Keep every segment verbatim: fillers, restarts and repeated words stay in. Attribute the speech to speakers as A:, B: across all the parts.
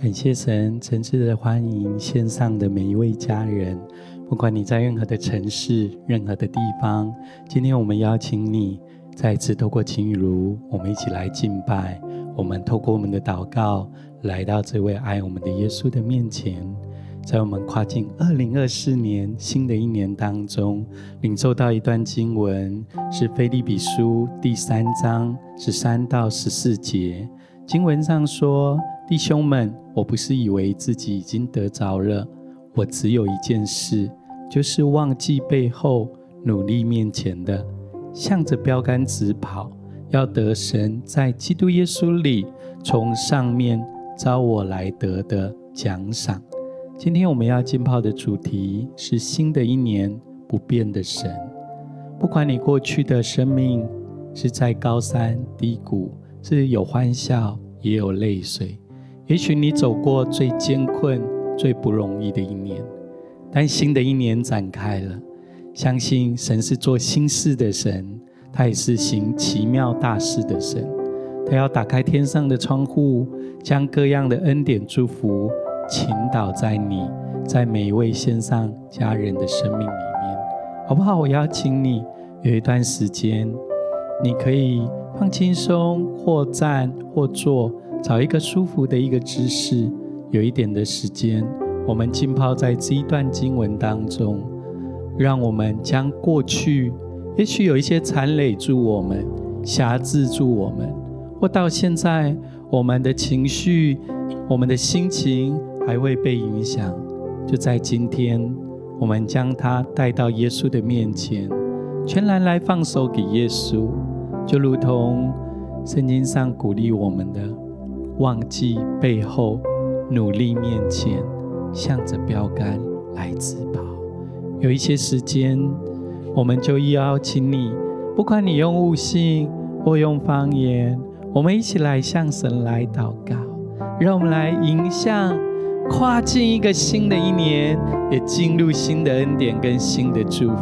A: 感谢神，诚挚的欢迎线上的每一位家人，不管你在任何的城市、任何的地方，今天我们邀请你再次透过情雨如，我们一起来敬拜，我们透过我们的祷告来到这位爱我们的耶稣的面前。在我们跨进二零二四年新的一年当中，领受到一段经文，是腓立比书第三章十三到十四节。经文上说，弟兄们，我不是以为自己已经得着了，我只有一件事，就是忘记背后，努力面前的，向着标杆直跑，要得神在基督耶稣里从上面召我来得的奖赏。今天我们要浸泡的主题是新的一年不变的神。不管你过去的生命是在高山低谷，是有欢笑也有泪水，也许你走过最艰困最不容易的一年，但新的一年展开了，相信神是做新事的神，他也是行奇妙大事的神。他要打开天上的窗户，将各样的恩典祝福倾倒在你在每一位线上家人的生命里面，好不好？我邀请你有一段时间，你可以放轻松，或站或坐，找一个舒服的一个姿势，有一点的时间，我们浸泡在这一段经文当中，让我们将过去也许有一些残累住我们，辖制住我们，或到现在我们的情绪我们的心情还会被影响，就在今天我们将它带到耶稣的面前，全然来放手给耶稣，就如同圣经上鼓励我们的，忘记背后，努力面前，向着标杆来直跑。有一些时间，我们就邀请你，不管你用悟性或用方言，我们一起来向神来祷告，让我们来迎向跨进一个新的一年，也进入新的恩典跟新的祝福。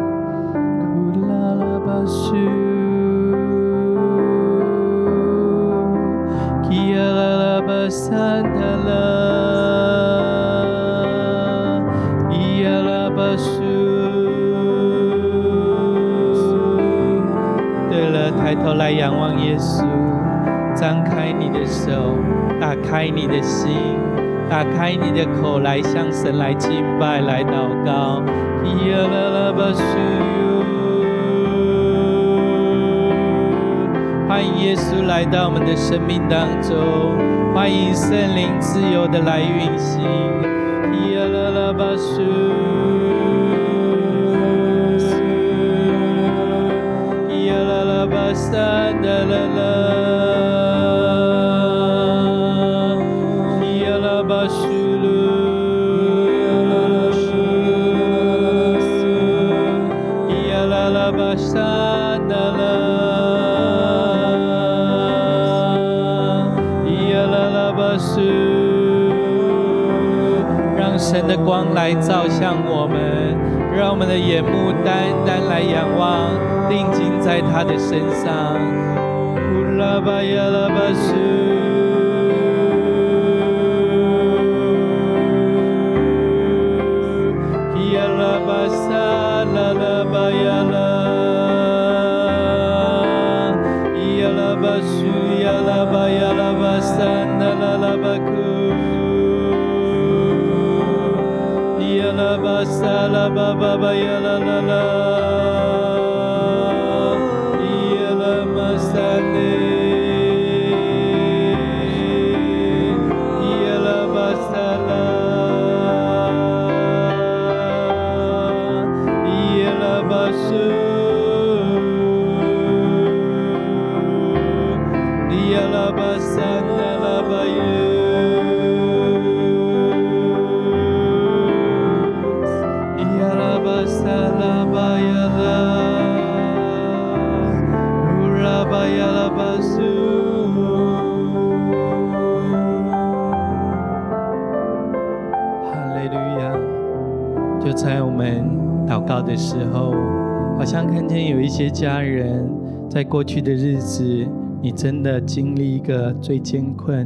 A: 对了，抬头来仰望耶稣，张开你的手，打开你的心，打开你的口，来向神来敬拜，来祷告。欢迎耶稣来到我们的生命当中，欢迎圣灵自由的来运行。让神的光来照向我们，让我们的眼目单单来仰望，定睛在他的身上。就在我们祷告的时候，好像看见有一些家人在过去的日子，你真的经历一个最艰困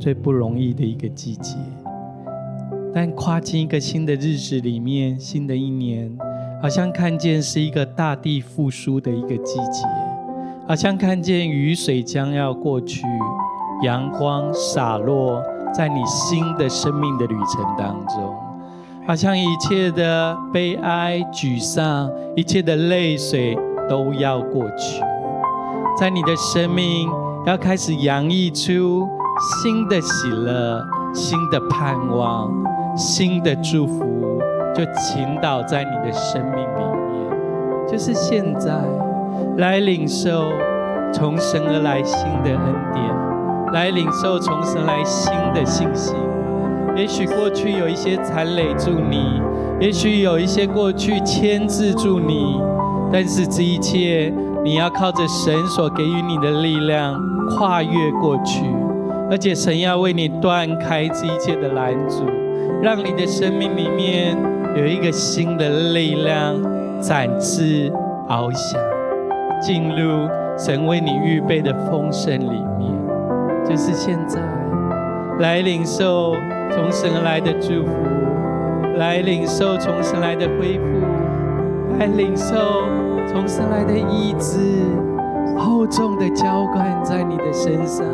A: 最不容易的一个季节。但跨进一个新的日子里面，新的一年，好像看见是一个大地复苏的一个季节，好像看见雨水将要过去，阳光洒落在你新的生命的旅程当中，好像一切的悲哀、沮丧，一切的泪水都要过去，在你的生命要开始洋溢出新的喜乐、新的盼望、新的祝福，就倾倒在你的生命里面。就是现在，来领受从神而来新的恩典，来领受从神来新的信心。也许过去有一些残累住你，也许有一些过去牵制住你，但是这一切你要靠着神所给予你的力量跨越过去，而且神要为你断开这一切的拦阻，让你的生命里面有一个新的力量展翅翱翔，进入神为你预备的丰盛里面。就是现在，来领受从神而来的祝福，来领受从神来的恢复，来领受从神来的医治，厚重的浇灌在你的身上。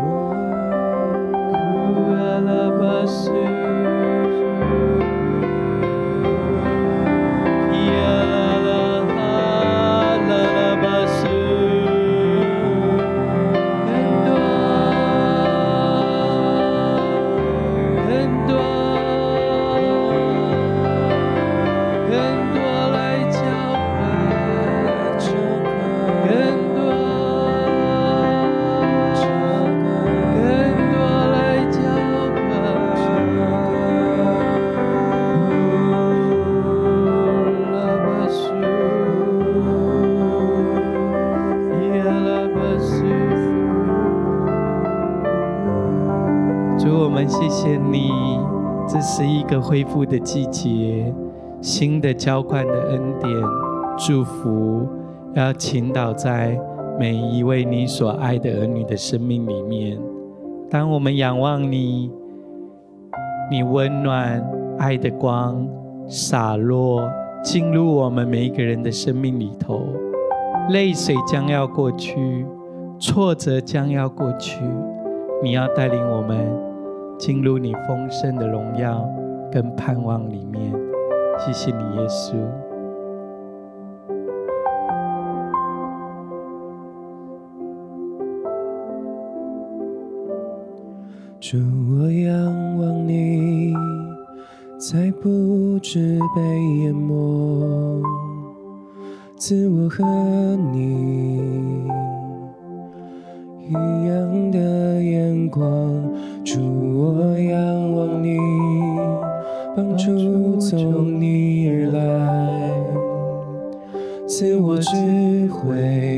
A: 谢谢你，这是一个恢复的季节，新的浇灌的恩典、祝福要倾倒在每一位你所爱的儿女的生命里面。当我们仰望你，你温暖爱的光洒落进入我们每一个人的生命里头，泪水将要过去，挫折将要过去，你要带领我们进入你丰盛的荣耀跟盼望里面。谢谢你，耶稣。
B: 主，我仰望你，才不知被淹没，自我和你一样的眼光。主，我仰望你，帮助从你而来，赐我智慧，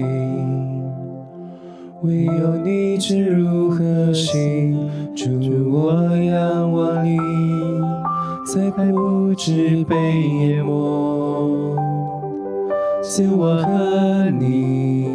B: 唯有你知如何行。主，我仰望你，才不知被淹没，赐我和你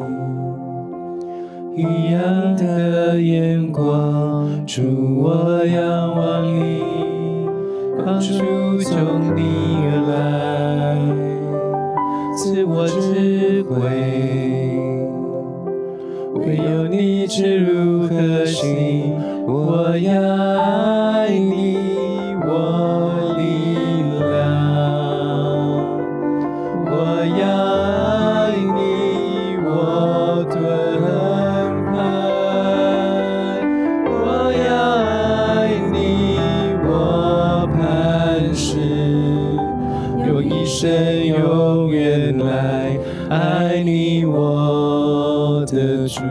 B: 一样的眼光。主，我仰望你，帮助从你而来，赐我智慧，唯有你知如何行。我要爱你，我力量，我要爱你，我盾牌，我要爱你，我磐石，用一生永远来爱你，我的主。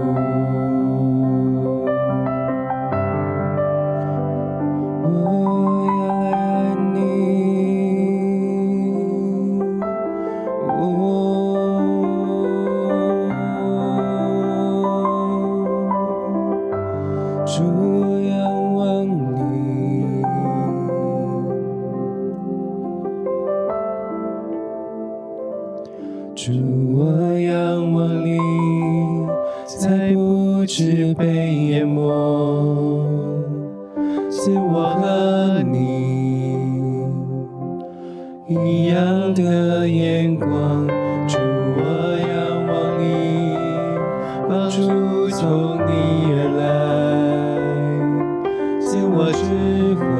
B: 主，我仰望你，才不知被淹没， 赐我和你一样的眼光，主我仰望你，帮助从你而来，赐我智慧，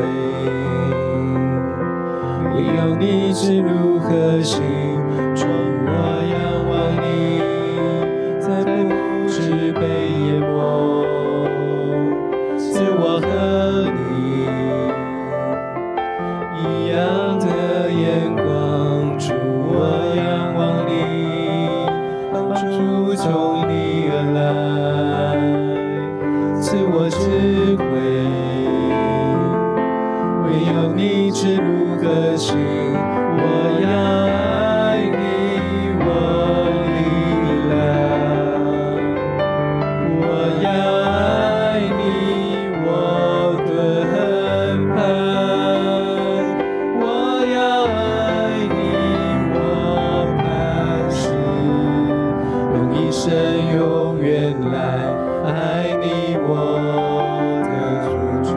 B: 唯有你知如何行，主我仰望你，才不致被淹没，赐我和你一样的眼光，主我仰望你，帮助从你而来，赐我智慧，唯有你知如何行，我要爱你，我力量，我要爱你，我盾牌，我要爱你，我磐石，用一生永远来爱你，我的主。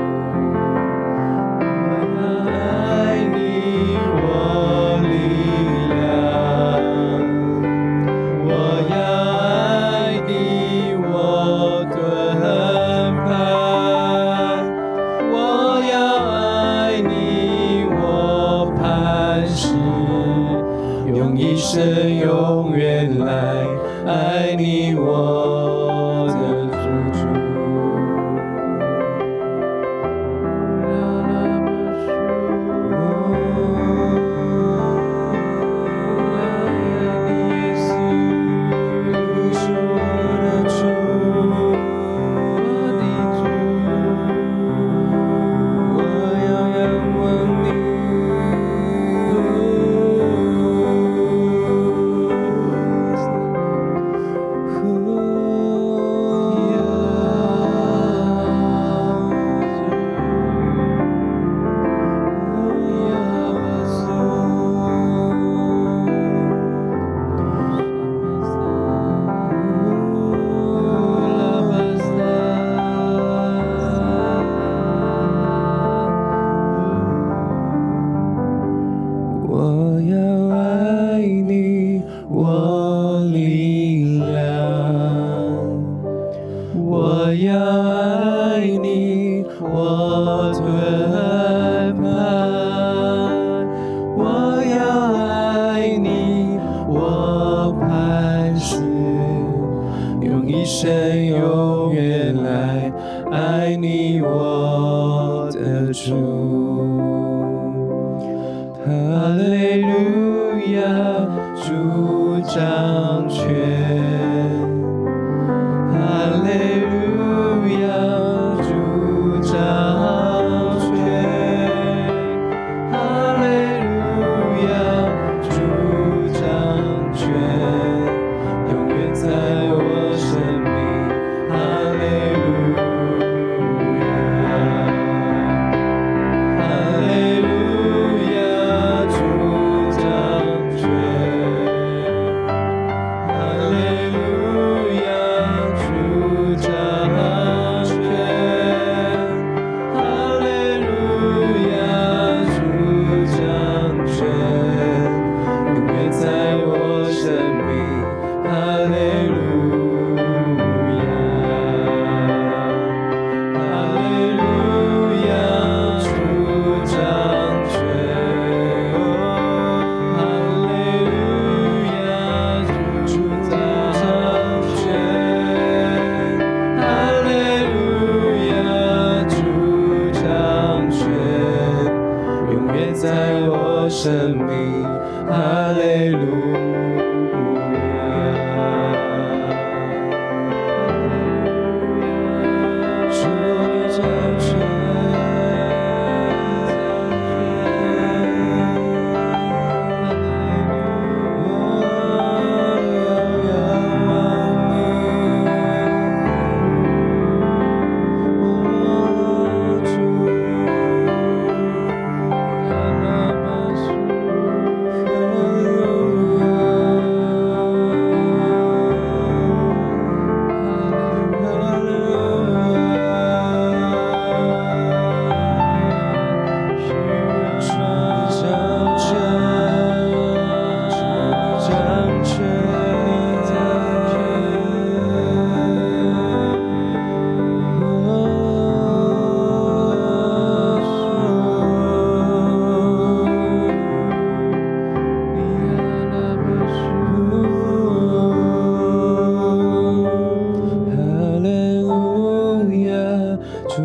B: 我要爱你，我力量，我要爱你，我盾牌，我要爱你，我磐石，用一生永远来爱你，我的主。我要爱你，我力量，我要爱你，我盾牌，我要爱你，我磐石，用一生永远来爱你，我的主。哈利路亚，主掌权。哈利路亚，主掌权。哈利路亚，主掌权，永远在我生命。哈利路亚，哈利路亚，主掌权。哈利路亚，主掌权。哈利路亚，主掌权，永远在我生命。哈利路亚，哈利路亚，主掌权。哈利路亚，主掌权。哈利路亚，主掌权，永远在我生命。哈利路亚，主掌权。主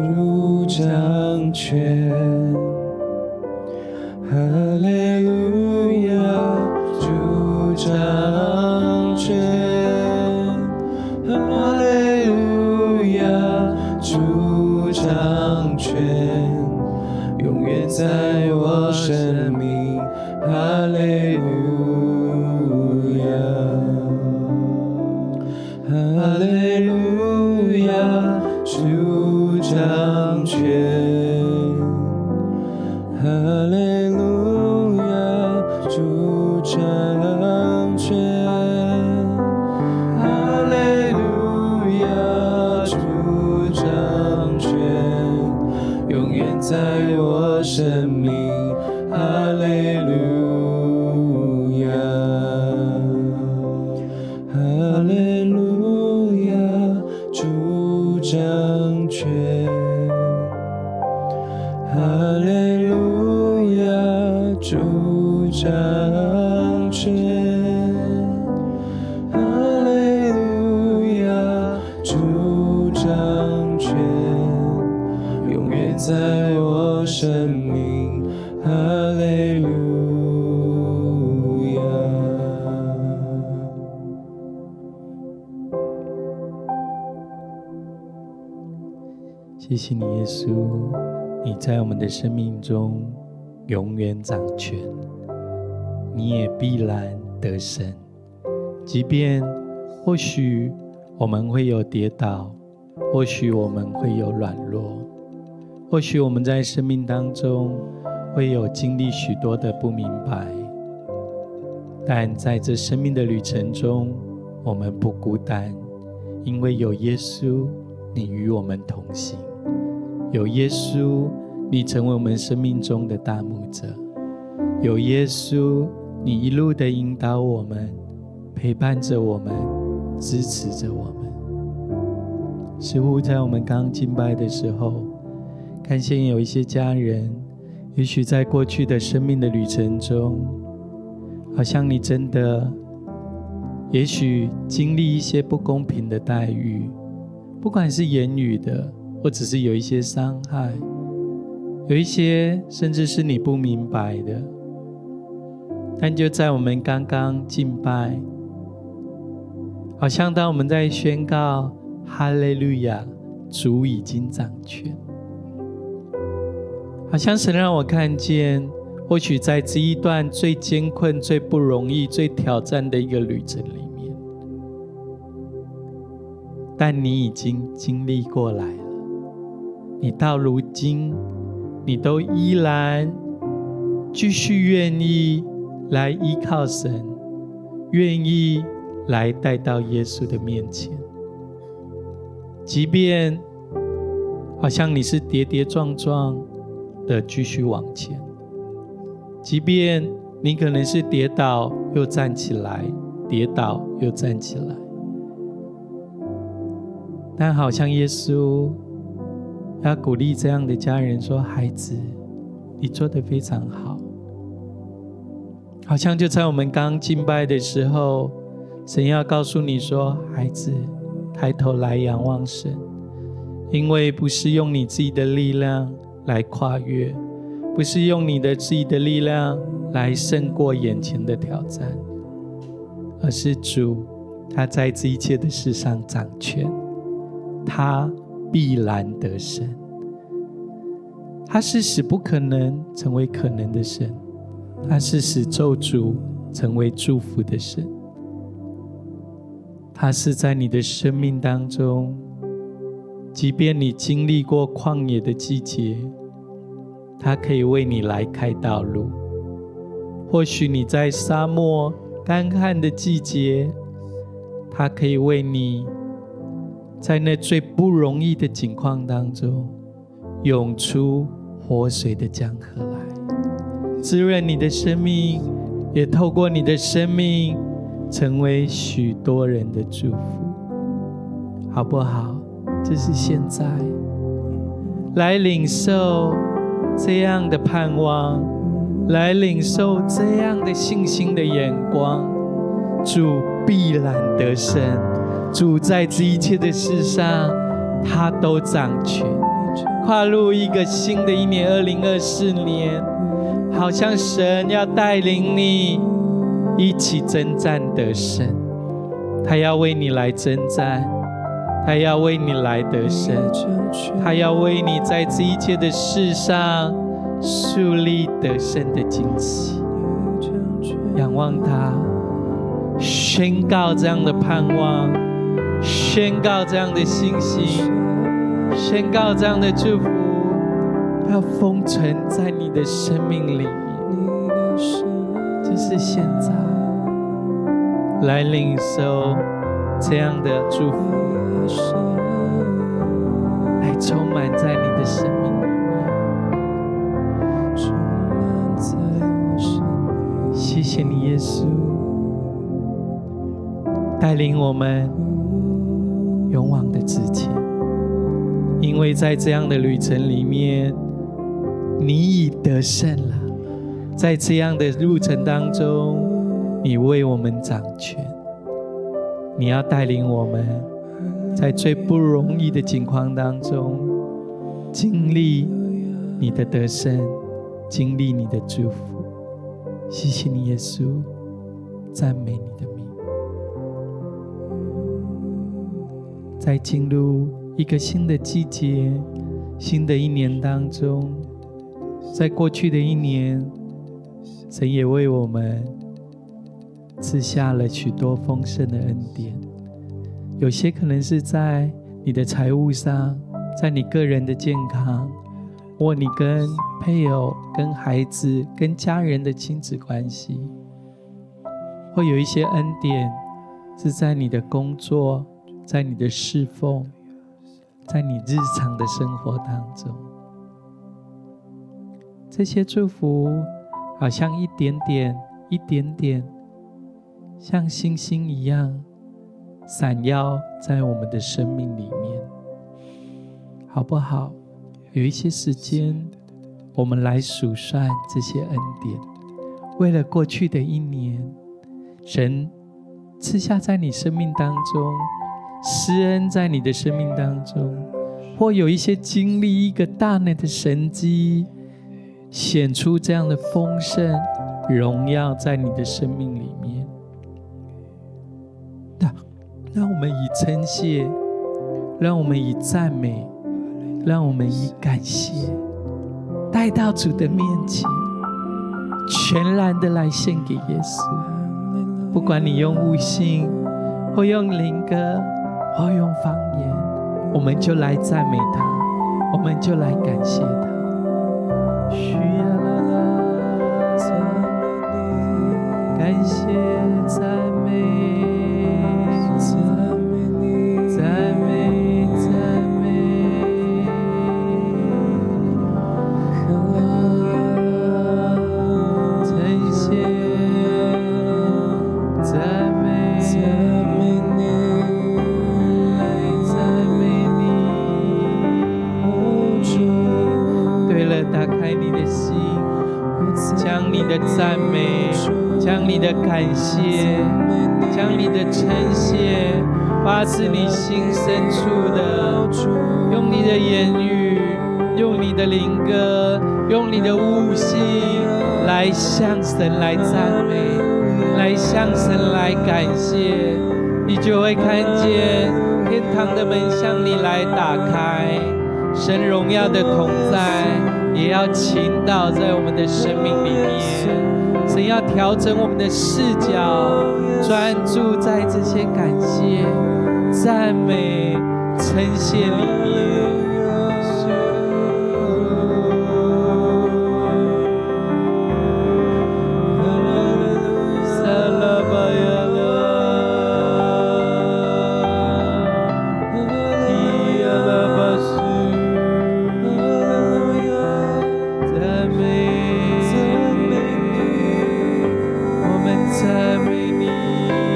B: 主掌权。哈利路亚，主掌权。哈利路亚，主掌权，永远在我生命。哈利路亚，哈利路亚，主掌权。哈利路亚，主掌权。哈利路亚，主掌权，永远在我生命。哈利路亚，哈利路亚，主掌权。哈利路亚，主掌权。哈利路亚，主掌权，永远在我生命。哈利路亚。
A: 谢谢你，耶稣，你在我们的生命中永远掌权，你也必然得胜。即便或许我们会有跌倒，或许我们会有软弱，或许我们在生命当中会有经历许多的不明白，但在这生命的旅程中，我们不孤单，因为有耶稣，你与我们同行。有耶稣，你成为我们生命中的大牧者。有耶稣，你一路的引导我们，陪伴着我们，支持着我们。似乎在我们刚敬拜的时候，看见有一些家人，也许在过去的生命的旅程中，好像你真的也许经历一些不公平的待遇，不管是言语的，或者是有一些伤害，有一些甚至是你不明白的。但就在我们刚刚敬拜，好像当我们在宣告哈利路亚，主已经掌权，好像神让我看见，或许在这一段最艰困、最不容易、最挑战的一个旅程里面，但你已经经历过来了。你到如今，你都依然继续愿意来依靠神，愿意来带到耶稣的面前。即便好像你是跌跌撞撞的继续往前，即便你可能是跌倒又站起来，跌倒又站起来，但好像耶稣要鼓励这样的家人说，孩子，你做得非常好。好像就在我们刚敬拜的时候，神要告诉你说，孩子，抬头来仰望神，因为不是用你自己的力量来跨越，不是用你的自己的力量来胜过眼前的挑战，而是主他在这一切的事上掌权，他必然得胜。他是使不可能成为可能的神，他是使咒诅成为祝福的神。他是在你的生命当中，即便你经历过旷野的季节，他可以为你来开道路。或许你在沙漠干旱的季节，他可以为你在那最不容易的境况当中涌出活水的江河来，滋润你的生命，也透过你的生命成为许多人的祝福，好不好？这是现在来领受这样的盼望，来领受这样的信心的眼光。主必然得胜，主在这一切的事上他都掌权， 跨入一个新的一年二零二四年，好像神要带领你一起征战得胜，他要为你来征战，他要为你来得胜，他要为你在这一切的事上树立得胜的旌旗。仰望他，宣告这样的盼望，宣告这样的信心，宣告这样的祝福，要封存在你的生命里面。就是现在，来领受这样的祝福，来充满在你的生命里面。谢谢你，耶稣，带领我们勇往的直前，因为在这样的旅程里面，你已得胜了。在这样的路程当中，你为我们掌权，你要带领我们在最不容易的境况当中经历你的得胜，经历你的祝福。谢谢你，耶稣，赞美你的名。在进入一个新的季节，新的一年当中，在过去的一年，神也为我们赐下了许多丰盛的恩典。有些可能是在你的财务上，在你个人的健康，或你跟配偶、跟孩子、跟家人的亲子关系，或有一些恩典是在你的工作，在你的侍奉，在你日常的生活当中。这些祝福好像一点点一点点，像星星一样闪耀在我们的生命里面，好不好？有一些时间，我们来数算这些恩典。为了过去的一年，神赐下在你生命当中，施恩在你的生命当中，或有一些经历一个大能的神迹，显出这样的丰盛荣耀在你的生命里面。让我们以称谢，让我们以赞美，让我们以感谢带到主的面前，全然的来献给耶稣。不管你用悟性，或用灵歌，或用方言，我们就来赞美他，我们就来感谢他。需要感谢赞美赞美赞美赞美，称谢赞美赞美你，来赞美你。对了，打开你的心，将你的赞美，将你的感谢，将你的称谢发自你心深处的，用你的言语，用你的灵歌，用你的悟性来向神来赞美，来向神来感谢，你就会看见天堂的门向你来打开，神荣耀的同在也要倾倒在我们的生命里面。神要调整我们的视角，专注在这些感谢、赞美、称谢里面。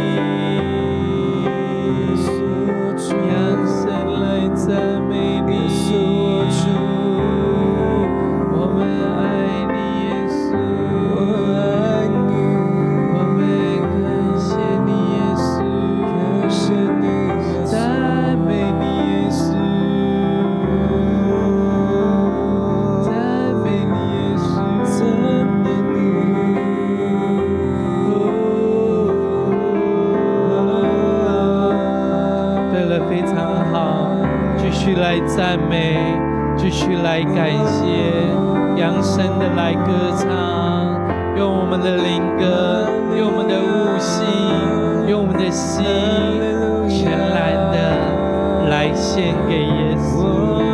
A: 让神来赞美你。 感谢，扬声的来歌唱，用我们的灵歌，用我们的悟性，用我们的心，全然的来献给耶稣。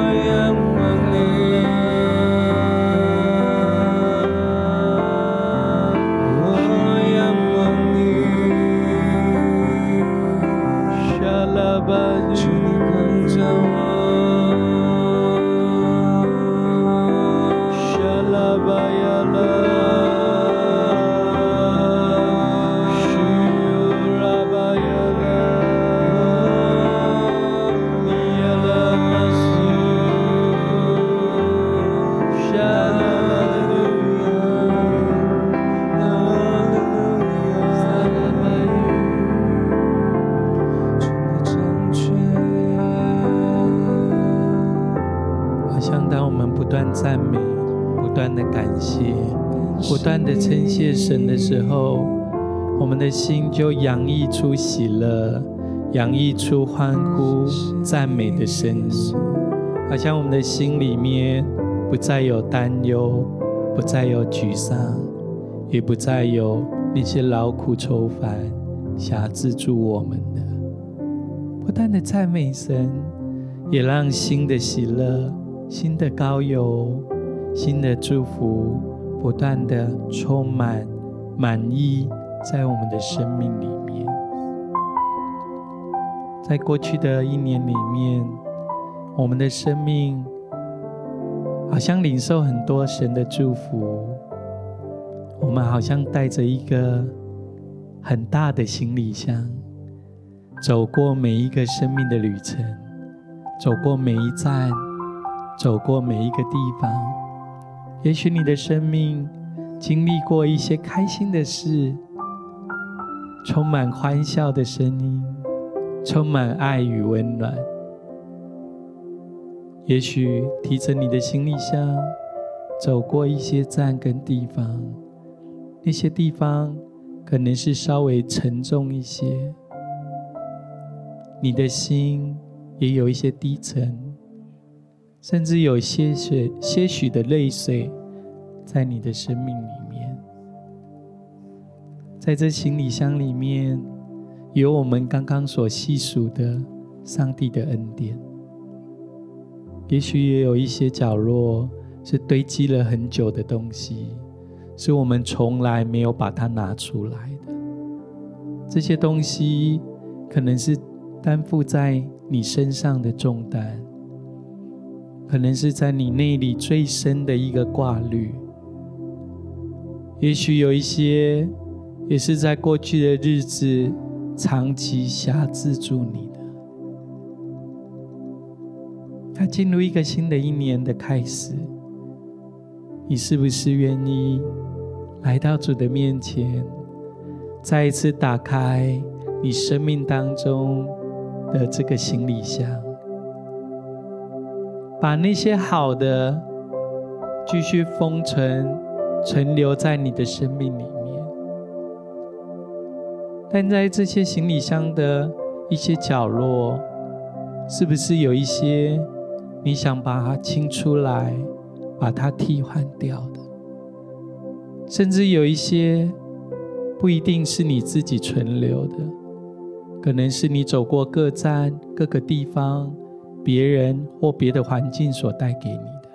A: 赞美，不断的感谢，不断的称谢神的时候，我们的心就洋溢出喜乐，洋溢出欢呼赞美的声音，好像我们的心里面不再有担忧，不再有沮丧，也不再有那些劳苦愁烦辖制住我们的。不断的赞美神，也让新的喜乐，新的膏油，新的祝福不断的充满满溢在我们的生命里面。在过去的一年里面，我们的生命好像领受很多神的祝福，我们好像带着一个很大的行李箱，走过每一个生命的旅程，走过每一站，走过每一个地方。也许你的生命经历过一些开心的事，充满欢笑的声音，充满爱与温暖。也许提着你的行李箱走过一些站跟地方，那些地方可能是稍微沉重一些，你的心也有一些低沉，甚至有些许些许的泪水在你的生命里面。在这行李箱里面，有我们刚刚所细数的上帝的恩典，也许也有一些角落是堆积了很久的东西，是我们从来没有把它拿出来的。这些东西可能是担负在你身上的重担，可能是在你内里最深的一个挂虑，也许有一些也是在过去的日子长期辖制住你的。它进入一个新的一年的开始，你是不是愿意来到主的面前，再一次打开你生命当中的这个行李箱，把那些好的继续封存存留在你的生命里面。但在这些行李箱的一些角落，是不是有一些你想把它清出来，把它替换掉的？甚至有一些不一定是你自己存留的，可能是你走过各站各个地方，别人或别的环境所带给你的。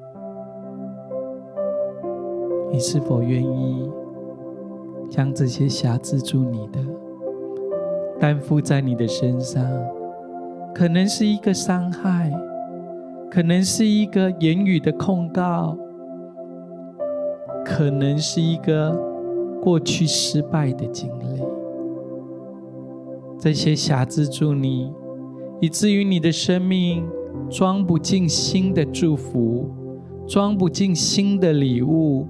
A: 你是否愿意将这些辖制住你的担负在你的身上？可能是一个伤害，可能是一个言语的控告，可能是一个过去失败的经历。这些辖制住你，以至于你的生命装不进新的祝福，装不进新的礼物。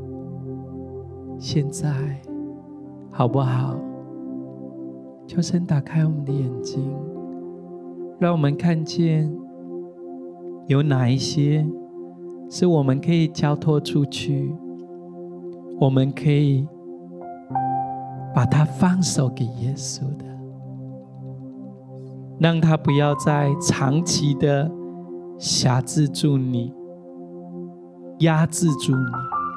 A: 现在好不好？求神打开我们的眼睛，让我们看见有哪一些是我们可以交托出去，我们可以把它放手给耶稣的，让他不要再长期的辖制住你， 压制住你，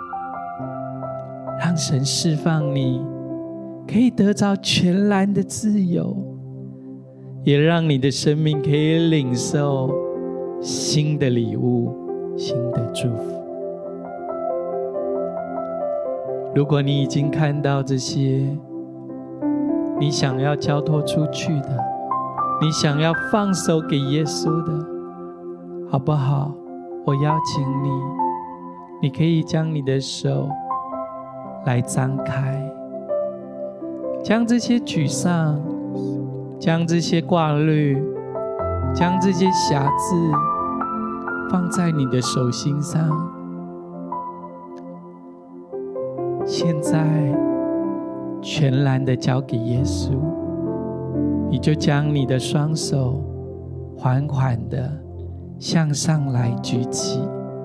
A: 让神释放你，可以得着全然的自由，也让你的生命可以领受新的礼物，新的祝福。如果你已经看到这些你想要交托出去的，你想要放手给耶稣的，好不好？我邀请你，你可以将你的手来张开，将这些沮丧，将这些挂虑，将这些瑕疵放在你的手心上。现在全然的交给耶稣，你就将你的双手缓缓的向上来举起，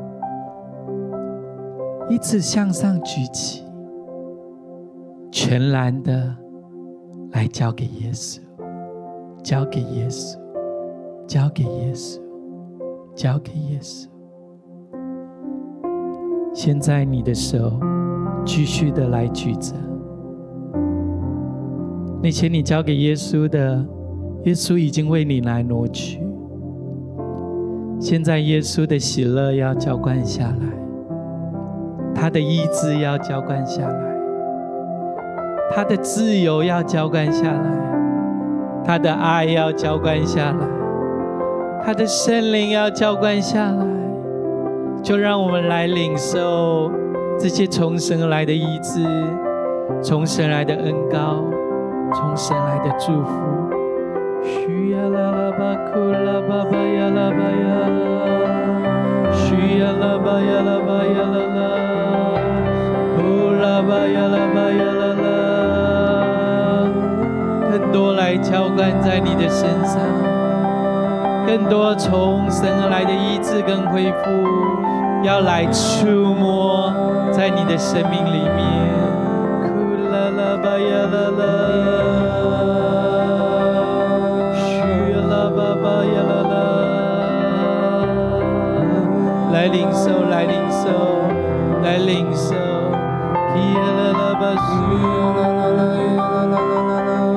A: 一直向上举起，全然的来交给耶稣，交给耶稣，交给耶稣，交给耶稣。现在你的手继续的来举着，那些你交给耶稣的，耶稣已经为你来挪去。现在耶稣的喜乐要浇灌下来，他的医治要浇灌下来，他的自由要浇灌下来，他的爱要浇灌下来，他的圣灵要浇灌下来。就让我们来领受这些从神而来的医治，从神来的恩膏，从神来的祝福。需要啦啦巴库啦巴巴呀啦巴呀，需要啦巴呀啦巴呀啦啦，呼啦巴呀啦巴呀啦啦，更多来浇灌在你的身上，更多从神而来的医治跟恢复要来触摸在你的生命里面。呼啦啦巴呀啦啦，嘘啦巴巴呀啦啦，来领受，来领受，来领受。咿呀啦啦巴嘘啦啦啦呀啦啦啦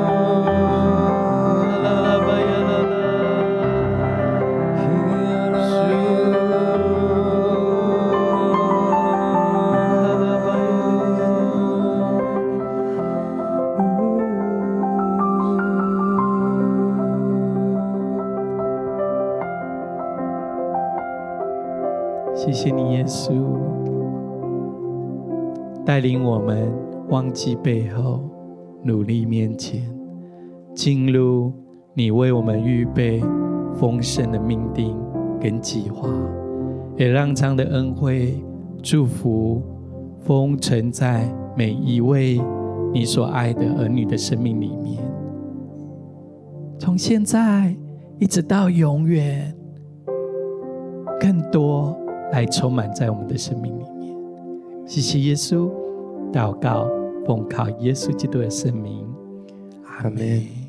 A: 啦啦啦巴呀啦啦，咿呀啦谢谢你，耶稣，带领我们忘记背后，努力面前，进入你为我们预备丰盛的命定跟计划，也让这样的恩惠祝福封存在每一位你所爱的儿女的生命里面，从现在一直到永远，更多来充满在我们的生命里面。谢谢耶稣，祷告奉靠耶稣基督的圣名，阿们。